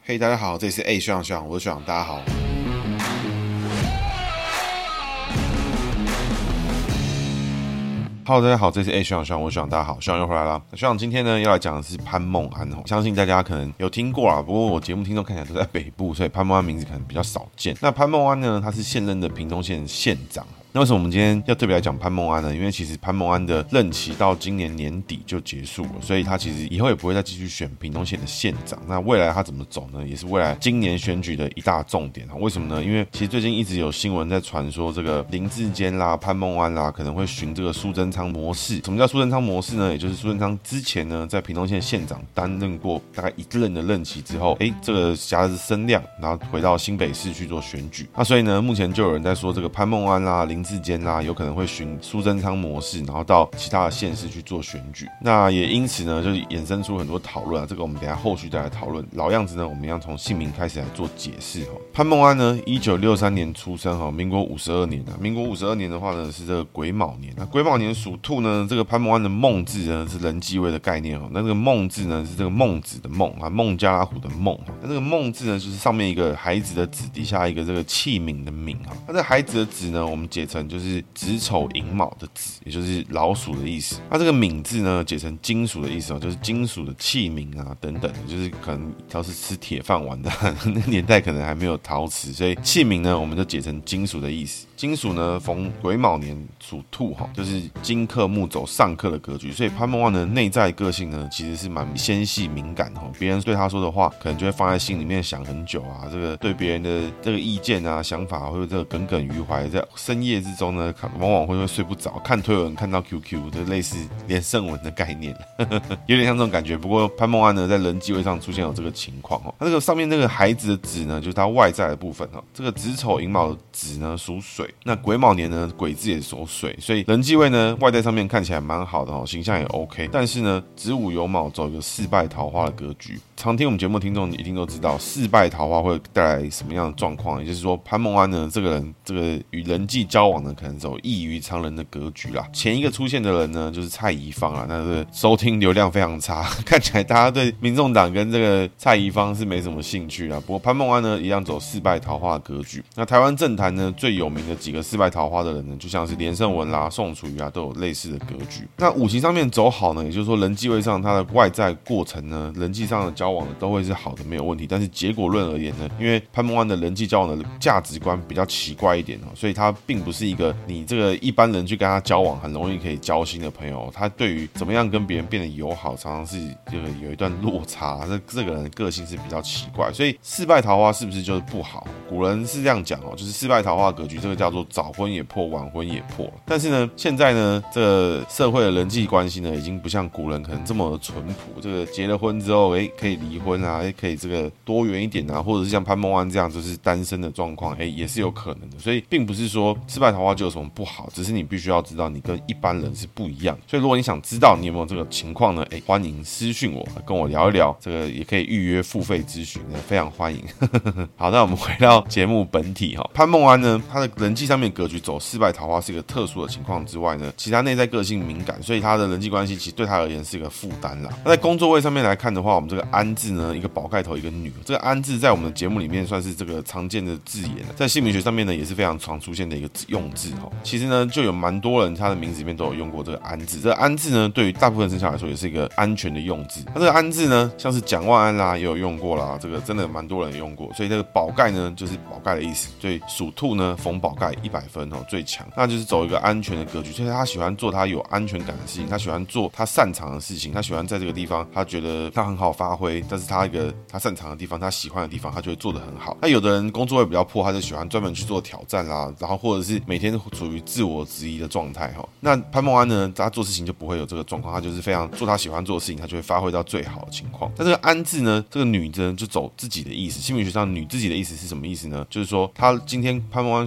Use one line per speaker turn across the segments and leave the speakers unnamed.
嘿，大家好，这里是学长，我是学长，大家好。Hello， 大家好，这里是学长，我是学长，大家好，学长又回来了。学长今天呢要来讲的是潘孟安相信大家可能有听过啦，不过我节目听众看起来都在北部，所以潘孟安名字可能比较少见。那潘孟安呢，他是现任的屏东县县长。那为什么我们今天要特别来讲潘孟安呢？因为其实潘孟安的任期到今年年底就结束了，所以他其实以后也不会再继续选屏东县的县长。那未来他怎么走呢？也是未来今年选举的一大重点。为什么呢？因为其实最近一直有新闻在传说，这个林智坚啦、潘孟安啦，可能会循这个苏贞昌模式。什么叫苏贞昌模式呢？也就是苏贞昌之前呢，在屏东县县长担任过大概一任的任期之后，这个夹着声量，然后回到新北市去做选举。那所以呢，目前就有人在说，这个潘孟安啦、林智坚啦，有可能会循苏贞昌模式，然后到其他的县市去做选举。那也因此呢，就衍生出很多讨论啊。这个我们等一下后续再来讨论。老样子呢，我们要从姓名开始来做解释。潘孟安呢，1963年出生，民国52年。民国52年的话呢，是这个癸卯年。那癸卯年属兔呢，这个潘孟安的孟字呢是人继位的概念。那这个孟字呢是这个孟子的孟啊，孟加拉虎的孟。那这个孟字呢，就是上面一个孩子的子，底下一个这个器皿的皿。那这个孩子的子呢，我们解成就是子丑寅卯的子，也就是老鼠的意思。那这个皿字呢，解成金属的意思，就是金属的器皿啊等等的，就是可能要是吃铁饭碗的那年代可能还没有陶瓷，所以器皿呢我们就解成金属的意思。金属呢逢癸卯年属兔，就是金克木走上克的格局，所以潘孟安的内在个性呢其实是蛮纤细敏感，别人对他说的话可能就会放在心里面想很久啊，这个对别人的这个意见啊想法会这个耿耿于怀，在深夜之中呢往往会睡不着，看推文看到 QQ， 就类似连胜文的概念有点像这种感觉。不过潘孟安呢在人际位上出现有这个情况，他这个上面那个孩子的子呢就是他外在的部分，这个子丑寅卯的子呢属水，那癸卯年呢癸字也属水，所以人际位呢外在上面看起来蛮好的，形象也 OK， 但是呢子午酉卯走一个四败桃花的格局。常听我们节目的听众一定都知道四败桃花会带来什么样的状况，也就是说潘孟安呢这个人这个与人际交往呢可能走异于常人的格局啦。前一个出现的人呢就是蔡宜芳啦，那这个收听流量非常差，看起来大家对民众党跟这个蔡宜芳是没什么兴趣啦。不过潘孟安呢一样走四败桃花的格局。那台湾政坛呢最有名的几个四败桃花的人呢，就像是连胜文啦、宋楚瑜啊，都有类似的格局。那五行上面走好呢，也就是说人际位上他的外在过程呢，人际上的交往呢都会是好的，没有问题。但是结果论而言呢，因为潘孟安的人际交往的价值观比较奇怪一点，所以他并不是一个你这个一般人去跟他交往很容易可以交心的朋友。他对于怎么样跟别人变得友好，常常是这个有一段落差。这个人的个性是比较奇怪，所以四败桃花是不是就是不好？古人是这样讲，就是四败桃花格局，这个叫做早婚也破，晚婚也破。但是呢，现在呢，这个社会的人际关系呢，已经不像古人可能这么淳朴。这个结了婚之后，可以离婚啊，可以这个多元一点啊，或者是像潘孟安这样就是单身的状况，也是有可能的。所以并不是说四败桃花就有什么不好，只是你必须要知道你跟一般人是不一样。所以如果你想知道你有没有这个情况呢，欢迎私讯我，跟我聊一聊。这个也可以预约付费咨询，非常欢迎。好，那我们回到节目本体潘孟安呢，他的人际上面格局走四败桃花是一个特殊的情况之外呢，其他内在个性敏感，所以他的人际关系其实对他而言是一个负担啦。那在工作位上面来看的话，我们这个安字呢，一个宝盖头一个女，这个安字在我们的节目里面算是这个常见的字眼，在姓名学上面呢也是非常常出现的一个用字其实呢就有蛮多人他的名字里面都有用过这个安字。这个安字呢对于大部分生肖来说也是一个安全的用字。那这个安字呢像是蒋万安啦也有用过啦，这个真的蛮多人用过。所以这个宝盖呢就是宝盖的意思，所以属兔呢逢宝盖100分最强，那就是走一个安全的格局。所以他喜欢做他有安全感的事情，他喜欢做他擅长的事情，他喜欢在这个地方他觉得他很好发挥，但是他一个他擅长的地方他喜欢的地方他就会做得很好。那有的人工作会比较破，他就喜欢专门去做挑战啦，然后或者是每天处于自我质疑的状态那潘孟安呢他做事情就不会有这个状况，他就是非常做他喜欢做的事情，他就会发挥到最好的情况。那这个安字呢，这个女呢就走自己的意思。姓名学上女自己的意思是什么意思呢？就是说他今天潘孟安属兔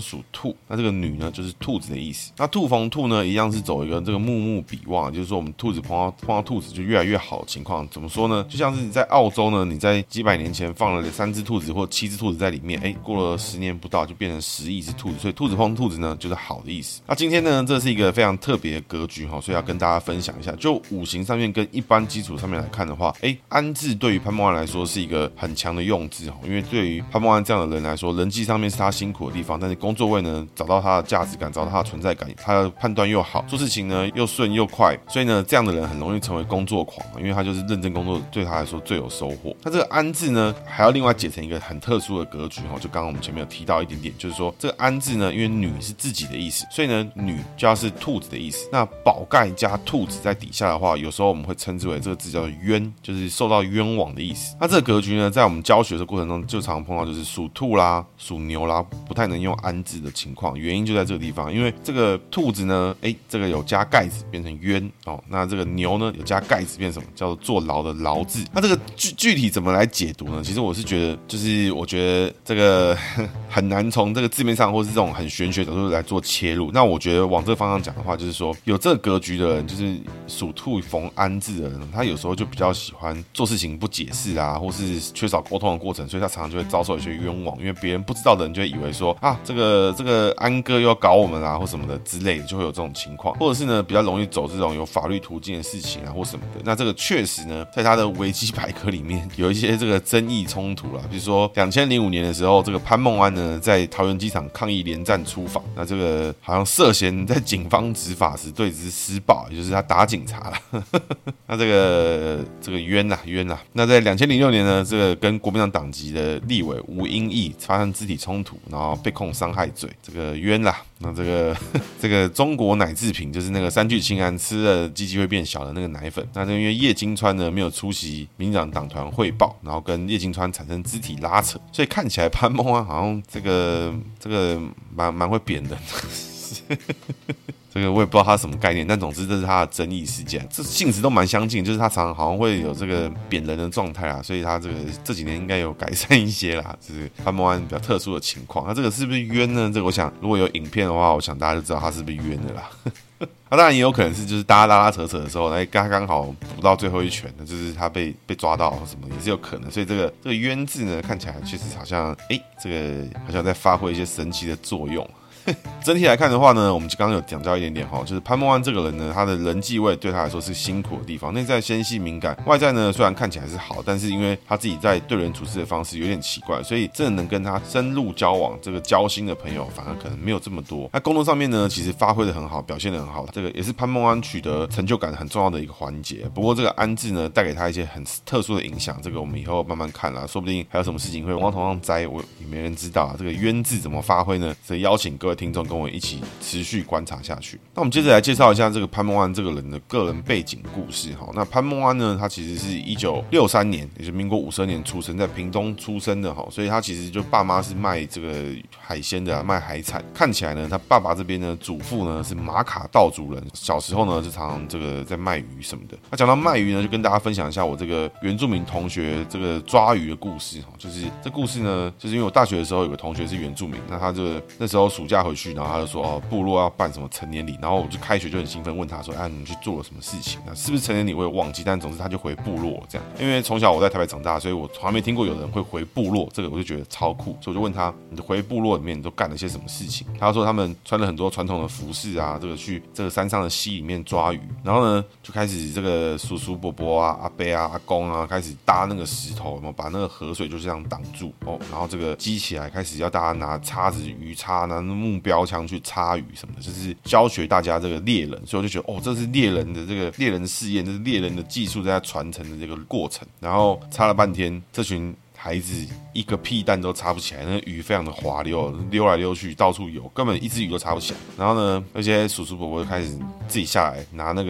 兔，那这个女呢就是兔子的意思。那兔逢兔呢一样是走一个这个木木比旺，就是说我们兔子碰到兔子就越来越好的情况。怎么说呢？就像是你在澳洲呢，你在几百年前放了3只兔子或7只兔子在里面，过了10年不到就变成10亿只兔子，所以兔子碰兔子呢就是好的意思。那今天呢，这是一个非常特别的格局所以要跟大家分享一下。就五行上面跟一般基础上面来看的话，安字对于潘梦安来说是一个很强的用字，因为对于潘梦安这样的人来说，人际上面是他辛苦的地方，但是工作位呢找到他的价值感，找到他的存在感，他的判断又好，做事情呢又顺又快，所以呢这样的人很容易成为工作狂，因为他就是认真工作，对他来说最有收获。那这个安字呢还要另外解成一个很特殊的格局，就刚刚我们前面有提到一点点，就是说这个安字呢，因为女是自己的意思，所以呢女就要是兔子的意思。那宝盖加兔子在底下的话，有时候我们会称之为这个字叫做冤，就是受到冤枉的意思。那这个格局呢，在我们教学的过程中就常常碰到，就是属兔啦、属牛啦，不太能用安字的情况，原因就在这个地方，因为这个兔子呢，这个有加盖子变成冤那这个牛呢有加盖子变成什么？叫做坐牢的牢字。那这个具体怎么来解读呢？其实我是觉得，就是我觉得这个很难从这个字面上或是这种很玄学的角度来做切入。那我觉得往这个方向讲的话，就是说有这个格局的人，就是属兔逢安字的人，他有时候就比较喜欢做事情不解释啊，或是缺少沟通的过程，所以他常常就会遭受一些冤枉，因为别人不知道的人就会以为说这个安哥又要搞我们啊，或什么的之类的，就会有这种情况，或者是呢比较容易走这种有法律途径的事情啊，或什么的。那这个确实呢，在他的维基百科里面有一些这个争议冲突啦，比如说2005年的时候，这个潘梦安呢在桃园机场抗议连战出访，那这个好像涉嫌在警方执法时对之施暴，也就是他打警察了。那这个冤啦。那在2006年呢，这个跟国民党党籍的立委吴英义发生肢体冲突，然后被控伤害罪，这个冤啦。那这个中国奶制品就是那个3聚氰胺吃了鸡鸡会变小的那个奶粉，那因为叶金川呢没有出席民进党党团汇报，然后跟叶金川产生肢体拉扯，所以看起来潘梦安好像这个蛮会扁的。这个我也不知道他什么概念，但总之这是他的争议事件，这性质都蛮相近，就是他常常好像会有这个扁人的状态所以他这几年应该有改善一些啦，就是潘梦安比较特殊的情况。那这个是不是冤呢？这个我想如果有影片的话，我想大家就知道他是不是冤的啦。当然也有可能是就是大家拉拉扯扯的时候，刚好补到最后一拳，就是他被抓到或什么也是有可能。所以这个冤字呢，看起来确实好像这个好像在发挥一些神奇的作用。整体来看的话呢，我们刚刚有讲到一点点就是潘梦安这个人呢，他的人际位对他来说是辛苦的地方，内在纤细敏感，外在呢虽然看起来是好，但是因为他自己在对人处事的方式有点奇怪，所以真的能跟他深入交往这个交心的朋友反而可能没有这么多。那工作上面呢，其实发挥的很好，表现的很好，这个也是潘梦安取得成就感很重要的一个环节。不过这个安字呢，带给他一些很特殊的影响，这个我们以后慢慢看啦，说不定还有什么事情会往头上栽，我也没人知道这个冤字怎么发挥呢？所以邀请各位听众跟我一起持续观察下去。那我们接着来介绍一下这个潘梦安这个人的个人背景故事。那潘梦安呢，他其实是1963年，也就是民国52年出生，在屏东出生的，所以他其实就爸妈是卖这个海鲜的卖海产。看起来呢，他爸爸这边呢，祖父呢是马卡道族人，小时候呢就常常这个在卖鱼什么的。那讲到卖鱼呢，就跟大家分享一下我这个原住民同学这个抓鱼的故事。就是这故事呢，就是因为我大学的时候有个同学是原住民，那他那时候暑假回去，然后他就说部落要办什么成年礼，然后我就开学就很兴奋问他说你去做了什么事情，那是不是成年礼我也忘记，但总之他就回部落这样。因为从小我在台北长大，所以我从来没听过有人会回部落，这个我就觉得超酷，所以我就问他你回部落里面你都干了些什么事情。他说他们穿了很多传统的服饰啊，这个去这个山上的溪里面抓鱼，然后呢就开始这个叔叔伯伯啊、阿伯啊、阿公啊开始搭那个石头，把那个河水就这样挡住然后这个激起来，开始要大家拿叉子、鱼叉、拿目标枪去插鱼什么的，就是教学大家这个猎人。所以我就觉得这是猎人的这个猎人试验，这是猎人的技术在他传承的这个过程。然后插了半天，这群孩子一个屁蛋都插不起来，那鱼非常的滑溜，溜来溜去到处游，根本一只鱼都插不起来。然后呢，那些叔叔伯伯就开始自己下来拿那个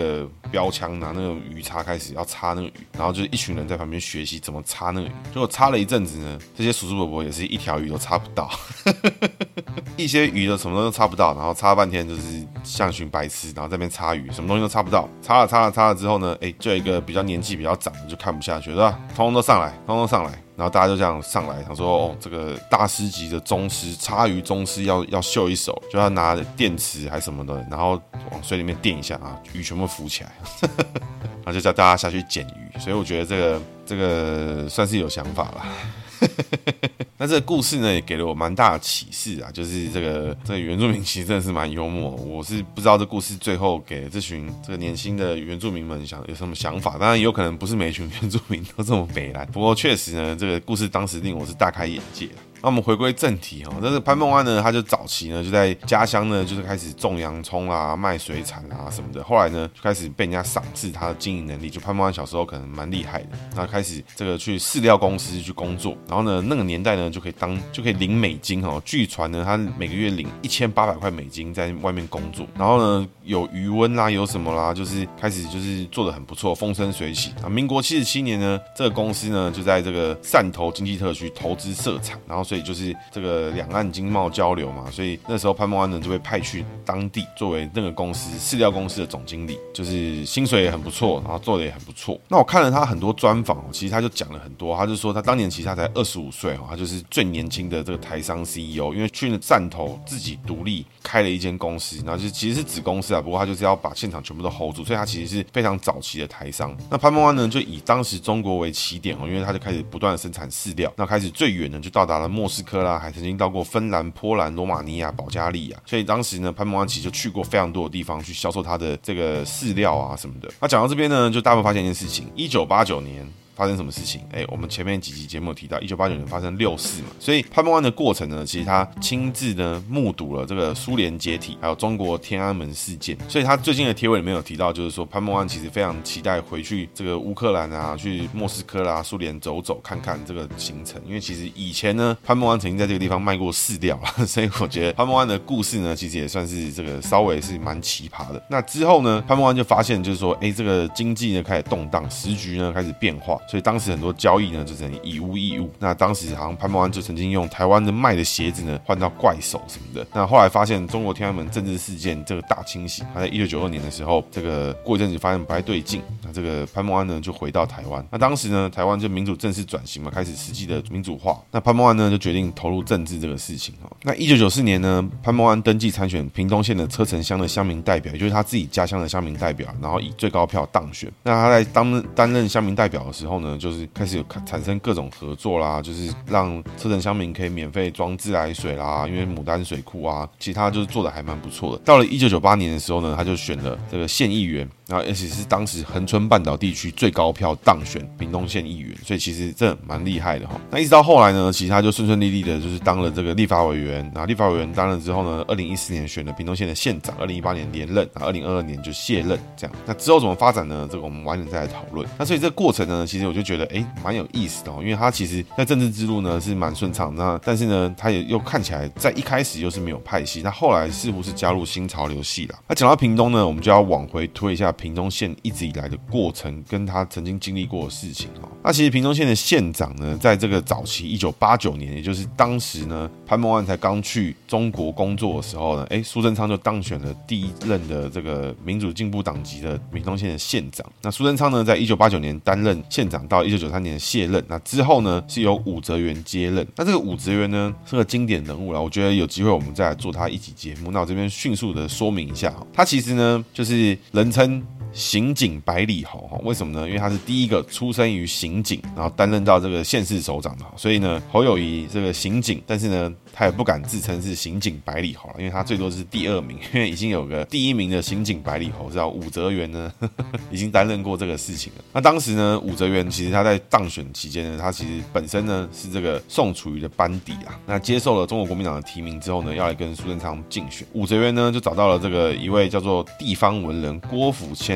标枪，拿那个鱼叉开始要插那个鱼，然后就是一群人在旁边学习怎么插那个鱼。结果插了一阵子呢，这些叔叔伯伯也是一条鱼都插不到，一些鱼的什么东西都插不到，然后插了半天就是像群白痴，然后在那边插鱼，什么东西都插不到。插了之后呢，就有一个比较年纪比较长的就看不下去了，通通都上来，通通上来。然后大家就这样上来，想说这个大师级的宗师，插鱼宗师要秀一手，就要拿电池还什么的，然后往水里面电一下啊，鱼全部浮起来，然后就叫大家下去捡鱼。所以我觉得这个算是有想法啦。那这个故事呢，也给了我蛮大的启示啊，就是这个原住民其实真的是蛮幽默。我是不知道这故事最后给这群这个年轻的原住民们有什么想法，当然有可能不是每群原住民都这么北蓝，不过确实呢，这个故事当时令我是大开眼界。那我们回归正题这个潘孟安呢，他就早期呢就在家乡呢，就是开始种洋葱啦、卖水产啦什么的。后来呢，就开始被人家赏识他的经营能力。就潘孟安小时候可能蛮厉害的，然后开始这个去饲料公司去工作。然后呢，那个年代呢就可以领美金据传呢，他每个月领1800块美金在外面工作。然后呢，有渔温啦，有什么啦，就是开始就是做得很不错，风生水起。民国77年呢，这个公司呢就在这个汕头经济特区投资设厂，然后所以就是这个两岸经贸交流嘛，所以那时候潘孟安呢就被派去当地作为那个公司饲料公司的总经理，就是薪水也很不错，然后做的也很不错。那我看了他很多专访其实他就讲了很多，他就说他当年其实他才25岁他就是最年轻的这个台商 CEO， 因为去汕头自己独立开了一间公司，然后就其实是子公司不过他就是要把现场全部都 hold 住，所以他其实是非常早期的台商。那潘孟安呢就以当时中国为起点因为他就开始不断的生产饲料，那开始最远呢就到达了莫斯科啦，还曾经到过芬兰、波兰、罗马尼亚、保加利亚，所以当时呢，潘孟安其实就去过非常多的地方去销售他的这个饲料啊什么的。那讲到这边呢，就大家会发现一件事情：1989年。发生什么事情？我们前面几集节目有提到，1989年发生6·4嘛，所以潘孟安的过程呢，其实他亲自呢目睹了这个苏联解体，还有中国天安门事件，所以他最近的贴文里面有提到，就是说潘孟安其实非常期待回去这个乌克兰啊，去莫斯科啦、苏联走走看看这个行程，因为其实以前呢，潘孟安曾经在这个地方卖过饲料啦，所以我觉得潘孟安的故事呢，其实也算是这个稍微是蛮奇葩的。那之后呢，潘孟安就发现就是说，这个经济呢开始动荡，时局呢开始变化。所以当时很多交易呢就成以物易物。那当时好像潘孟安就曾经用台湾的卖的鞋子呢换到怪手什么的。那后来发现中国天安门政治事件这个大清洗，他在1992年的时候，这个过一阵子发现不太对劲，那这个潘孟安呢就回到台湾。那当时呢台湾就民主正式转型嘛，开始实际的民主化。那潘孟安呢就决定投入政治这个事情那1994年呢，潘孟安登记参选屏东县的车城乡的乡民代表，也就是他自己家乡的乡民代表，然后以最高票当选。那他在担任乡民代表的时候呢，就是开始有产生各种合作啦，就是让车城乡民可以免费装自来水啦，因为牡丹水库啊，其他就是做的还蛮不错的。到了1998年的时候呢，他就选了这个县议员，然后而且是当时恒春半岛地区最高票当选屏东县议员，所以其实这蛮厉害的那一直到后来呢，其实他就顺顺利利的，就是当了这个立法委员。然后立法委员当了之后呢，2014年选了屏东县的县长，2018年连任，然后2022年就卸任这样。那之后怎么发展呢？这个我们晚点再来讨论。那所以这个过程呢，其实我就觉得蛮有意思的因为他其实在政治之路呢是蛮顺畅，那但是呢他也又看起来在一开始又是没有派系，他后来似乎是加入新潮流系啦。那讲到屏东呢，我们就要往回推一下屏东县一直以来的过程，跟他曾经经历过的事情那其实屏东县的县长呢，在这个早期1989年，也就是当时呢潘孟安才刚去中国工作的时候呢，苏贞昌就当选了第一任的这个民主进步党籍的屏东县的县长。那苏贞昌呢，在1989年担任县长到1993年卸任，那之后呢是由武则元接任。那这个武则元呢是个经典人物啦，我觉得有机会我们再来做他一集节目。那我这边迅速的说明一下他其实呢就是人称刑警百里侯为什么呢？因为他是第一个出生于刑警，然后担任到这个县市首长的，所以呢侯友宜这个刑警，但是呢他也不敢自称是刑警百里侯，因为他最多是第2名，因为已经有个第1名的刑警百里侯叫武则元呢已经担任过这个事情了。那当时呢武则元其实他在当选期间呢，他其实本身呢是这个宋楚瑜的班底那接受了中国国民党的提名之后呢，要来跟苏贞昌竞选。武则元呢就找到了这个一位叫做地方文人郭府谦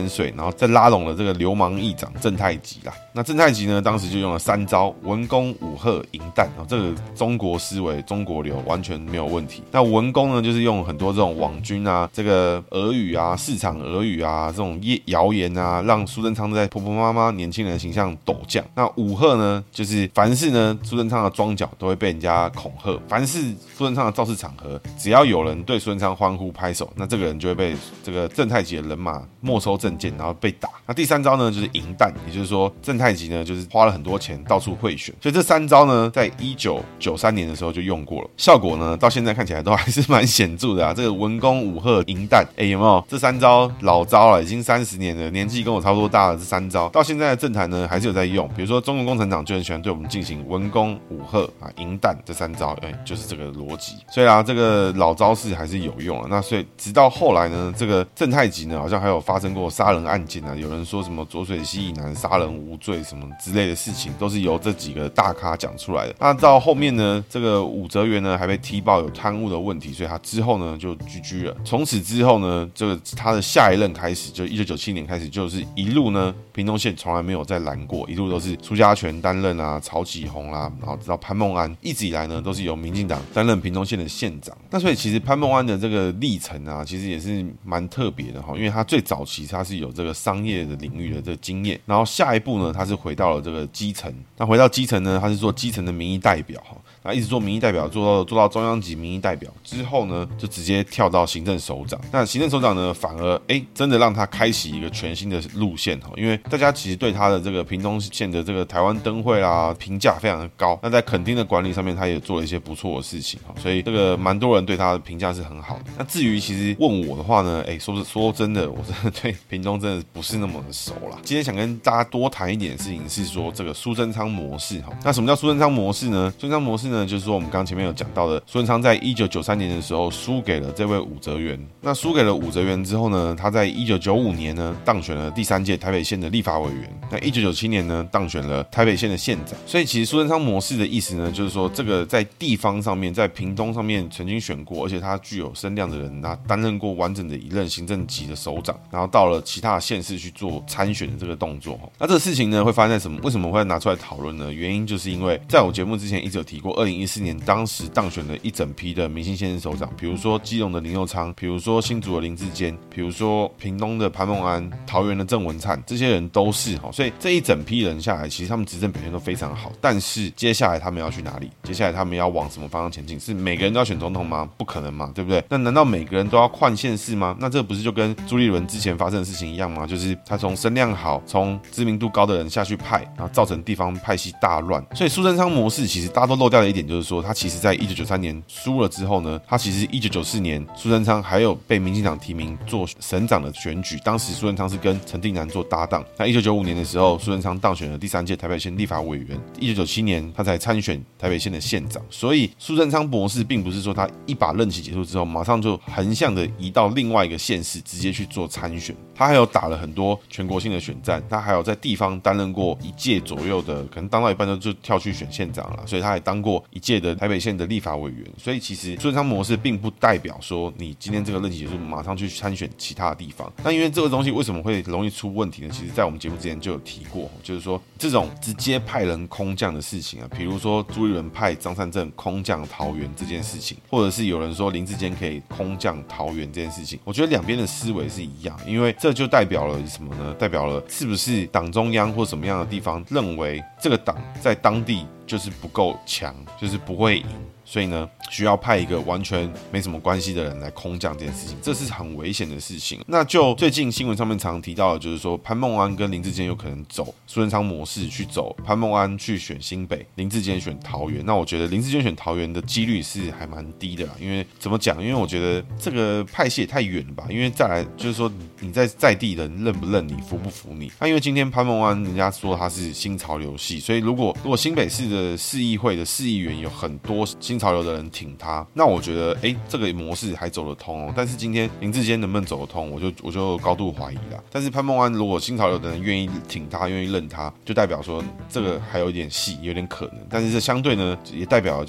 水，然后再拉拢了这个流氓议长郑太吉啦。那郑太吉呢，当时就用了3招：文攻、武吓、迎弹。这个中国思维、中国流完全没有问题。那文攻呢，就是用很多这种网军啊、这个俄语啊、市场俄语啊这种谣言啊，让苏贞昌在婆婆妈妈年轻人的形象陡降。那武吓呢，就是凡是呢苏贞昌的庄脚都会被人家恐吓，凡是苏贞昌的造势场合，只要有人对苏贞昌欢呼拍手，那这个人就会被这个郑太吉的人马没收证件，然后被打。那第3招呢，就是迎弹，也就是说郑太吉呢就是花了很多钱到处贿选，所以这3招呢，在1993年的时候就用过了，效果呢到现在看起来都还是蛮显著的啊。这个文攻武吓迎弹，有没有？这3招老招了，已经30年了，年纪跟我差不多大了，这3招到现在的政坛呢还是有在用。比如说中国共产党就很喜欢对我们进行文攻武吓啊迎弹这3招，就是这个逻辑。所以啊，这个老招式还是有用了。那所以直到后来呢，这个郑太吉呢好像还有发生过杀人案件啊，有人说什么浊水溪以南杀人无罪什么之类的事情，都是由这几个大咖讲出来的。那到后面呢，这个武则元呢还被踢爆有贪污的问题，所以他之后呢就居了。从此之后呢，这个他的下一任开始，就1997年开始，就是一路呢屏东县从来没有再拦过，一路都是苏家全担任啊，曹启宏啦，然后直到潘孟安，一直以来呢都是由民进党担任屏东县的县长。那所以其实潘孟安的这个历程啊，其实也是蛮特别的哈，因为他最早期他是有这个商业的领域的这个经验，然后下一步呢，他是回到了这个基层。那回到基层呢，他是做基层的民意代表哈，那一直做民意代表，做到中央级民意代表之后呢，就直接跳到行政首长。那行政首长呢，反而真的让他开启一个全新的路线哈，因为大家其实对他的这个屏东县的这个台湾灯会啦评价非常的高。那在垦丁的管理上面，他也做了一些不错的事情哈，所以这个蛮多人对他的评价是很好的。那至于其实问我的话呢，说真的，我真的对屏东真的不是那么的熟啦。今天想跟大家多谈一点的事情是说这个苏贞昌模式哈。那什么叫苏贞昌模式呢？苏贞昌模式呢，就是说我们刚刚前面有讲到的，苏贞昌在1993年的时候输给了这位武则元。那输给了武则元之后呢，他在1995年呢当选了第3届台北县的立法委员。那1997年呢当选了台北县的县长。所以其实苏贞昌模式的意思呢，就是说这个在地方上面，在屏东上面曾经选过，而且他具有声量的人，他担任过完整的一任行政级的首长，然后到了其他的县市去做参选的这个动作。那这个事情呢会发生在什么？为什么会拿出来讨论呢？原因就是因为在我节目之前一直有提过，2014年当时当选了一整批的明星县市首长，比如说基隆的林右昌，比如说新竹的林智坚，比如说屏东的潘孟安，桃园的郑文灿，这些人都是所以这一整批人下来，其实他们执政表现都非常好。但是接下来他们要去哪里？接下来他们要往什么方向前进？是每个人都要选总统吗？不可能嘛，对不对？那难道每个人都要换县市吗？那这不是就跟朱立伦之前发生的事情一样吗？就是他从声量好、从知名度高的人下去派，然后造成地方派系大乱。所以苏贞昌模式其实大家都漏掉的一点就是说，他其实在1993年输了之后呢，他其实1994年苏贞昌还有被民进党提名做省长的选举，当时苏贞昌是跟陈定南做搭档。那1995年的时候，苏贞昌当选了第3届台北县立法委员，1997年他才参选台北县的县长。所以苏贞昌模式并不是说他一把任期结束之后，马上就横向的移到另外一个县市直接去做参选，他还有打了很多全国性的选战，他还有在地方担任过1届左右的，可能当到一半就跳去选县长了，所以他还当过1届的台北县的立法委员。所以其实苏贞昌模式并不代表说你今天这个任期结束马上去参选其他的地方。那因为这个东西为什么会容易出问题呢？其实在我们节目之前就有提过，就是说这种直接派人空降的事情啊，比如说朱立伦派张善政空降桃园这件事情，或者是有人说林智坚可以空降桃园这件事情，我觉得两边的思维是一样，因为这就代表了什么呢？代表了是不是党中央或什么样的地方认为这个党在当地就是不够强，就是不会赢，所以呢需要派一个完全没什么关系的人来空降这件事情，这是很危险的事情。那就最近新闻上面常提到的，就是说潘孟安跟林智坚有可能走苏贞昌模式去走，潘孟安去选新北，林智坚选桃园。那我觉得林智坚选桃园的几率是还蛮低的啦，因为怎么讲？因为我觉得这个派系也太远了吧。因为再来就是说你在地人认不认你，服不服你？那因为今天潘孟安人家说他是新潮流系，所以如果新北市的市议会的市议员有很多新潮流的人挺他，那我觉得这个模式还走得通哦。但是今天林智坚能不能走得通，我就高度怀疑啦。但是潘孟安如果新潮流的人愿意挺他，愿意认他，就代表说这个还有一点戏，有点可能。但是这相对呢，也代表就是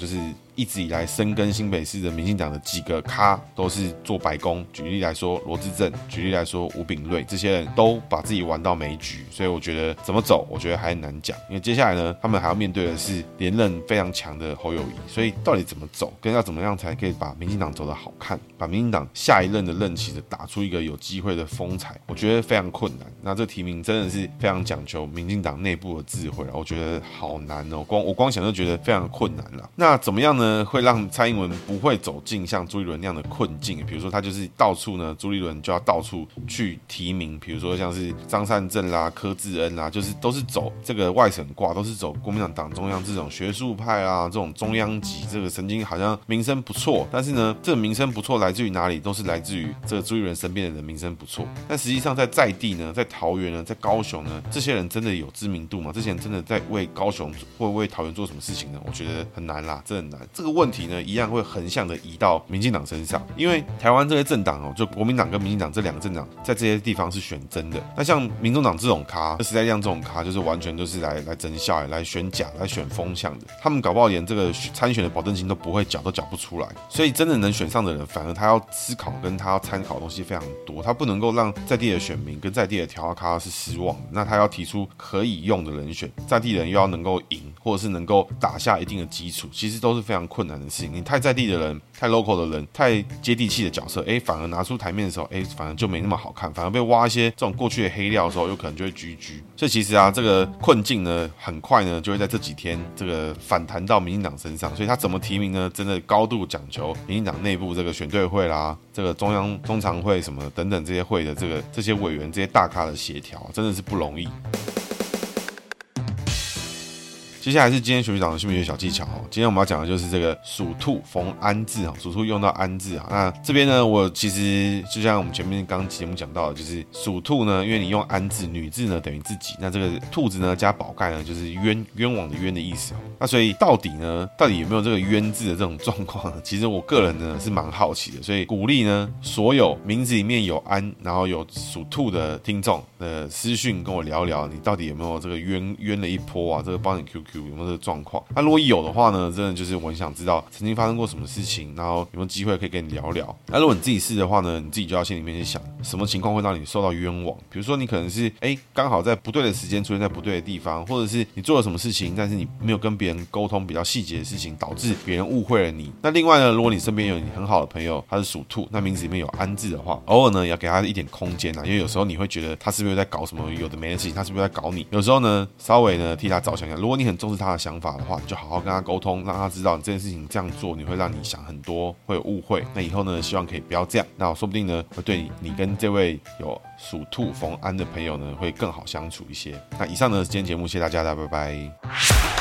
一直以来深耕新北市的民进党的几个咖都是做白工，举例来说罗致政，举例来说吴秉叡，这些人都把自己玩到没局，所以我觉得怎么走，我觉得还很难讲，因为接下来呢，他们还要面对的是连任非常强的侯友宜，所以到底怎么走，跟要怎么样才可以把民进党走得好看，把民进党下一任的任期的打出一个有机会的风采，我觉得非常困难。那这提名真的是非常讲求民进党内部的智慧，我觉得好难哦，我光想就觉得非常困难了。那怎么样呢，会让蔡英文不会走进像朱立伦那样的困境？比如说他就是到处呢，朱立伦就要到处去提名，比如说像是张善政啦、柯志恩啦，就是都是走这个外省挂，都是走国民党党中央这种学术派啊，这种中央级，这个曾经好像名声不错，但是呢，这个名声不错来自于哪里？都是来自于这个朱立伦身边的人名声不错，但实际上在地呢，在桃园呢，在高雄呢，这些人真的有知名度吗？这些人真的在为高雄或为桃园做什么事情呢？我觉得很难啦，这很难。这个问题呢，一样会横向的移到民进党身上，因为台湾这些政党哦，就国民党跟民进党这两个政党，在这些地方是选真的。那像民众党这种咖，时代力量这种咖，就是完全就是来争效、来选假、来选风向的。他们搞不好连这个参选的保证金都不会缴，都缴不出来。所以真的能选上的人，反而他要思考跟他要参考的东西非常多，他不能够让在地的选民跟在地的调咖是失望的。那他要提出可以用的人选，在地人又要能够赢，或者是能够打下一定的基础，其实都是非常困难的事情。你太在地的人、太 local 的人、太接地气的角色，反而拿出台面的时候，反而就没那么好看，反而被挖一些这种过去的黑料的时候，有可能就会居。所以其实啊，这个困境呢，很快呢就会在这几天这个反弹到民进党身上。所以他怎么提名呢？真的高度讲求民进党内部这个选对会啦，这个中央中常会什么等等这些会的这些委员、这些大咖的协调，真的是不容易。接下来是今天学长的姓名学小技巧。今天我们要讲的就是这个属兔逢安字，属兔用到安字。那这边呢，我其实就像我们前面刚节目讲到的，就是属兔呢，因为你用安字，女字呢等于自己，那这个兔子呢加宝盖呢，就是冤枉的冤的意思。那所以到底有没有这个冤字的这种状况呢？其实我个人呢是蛮好奇的，所以鼓励呢所有名字里面有安，然后有属兔的听众的私讯跟我聊聊，你到底有没有这个冤了一波啊？这个帮你 QQ。有没有这个状况？那如果有的话呢，真的就是我很想知道曾经发生过什么事情，然后有没有机会可以跟你聊聊。那如果你自己是的话呢，你自己就要心里面去想，什么情况会让你受到冤枉？比如说你可能是刚好在不对的时间出现在不对的地方，或者是你做了什么事情，但是你没有跟别人沟通比较细节的事情，导致别人误会了你。那另外呢，如果你身边有你很好的朋友，他是属兔，那名字里面有安字的话，偶尔呢要给他一点空间因为有时候你会觉得他是不是在搞什么有的没的事情，他是不是在搞你？有时候呢，稍微呢替他着想一下，如果你很重视他的想法的话，你就好好跟他沟通，让他知道你这件事情这样做，你会让你想很多，会有误会。那以后呢，希望可以不要这样。那说不定呢，会对你跟这位有属兔逢安的朋友呢，会更好相处一些。那以上呢是今天节目，谢谢大家，拜拜。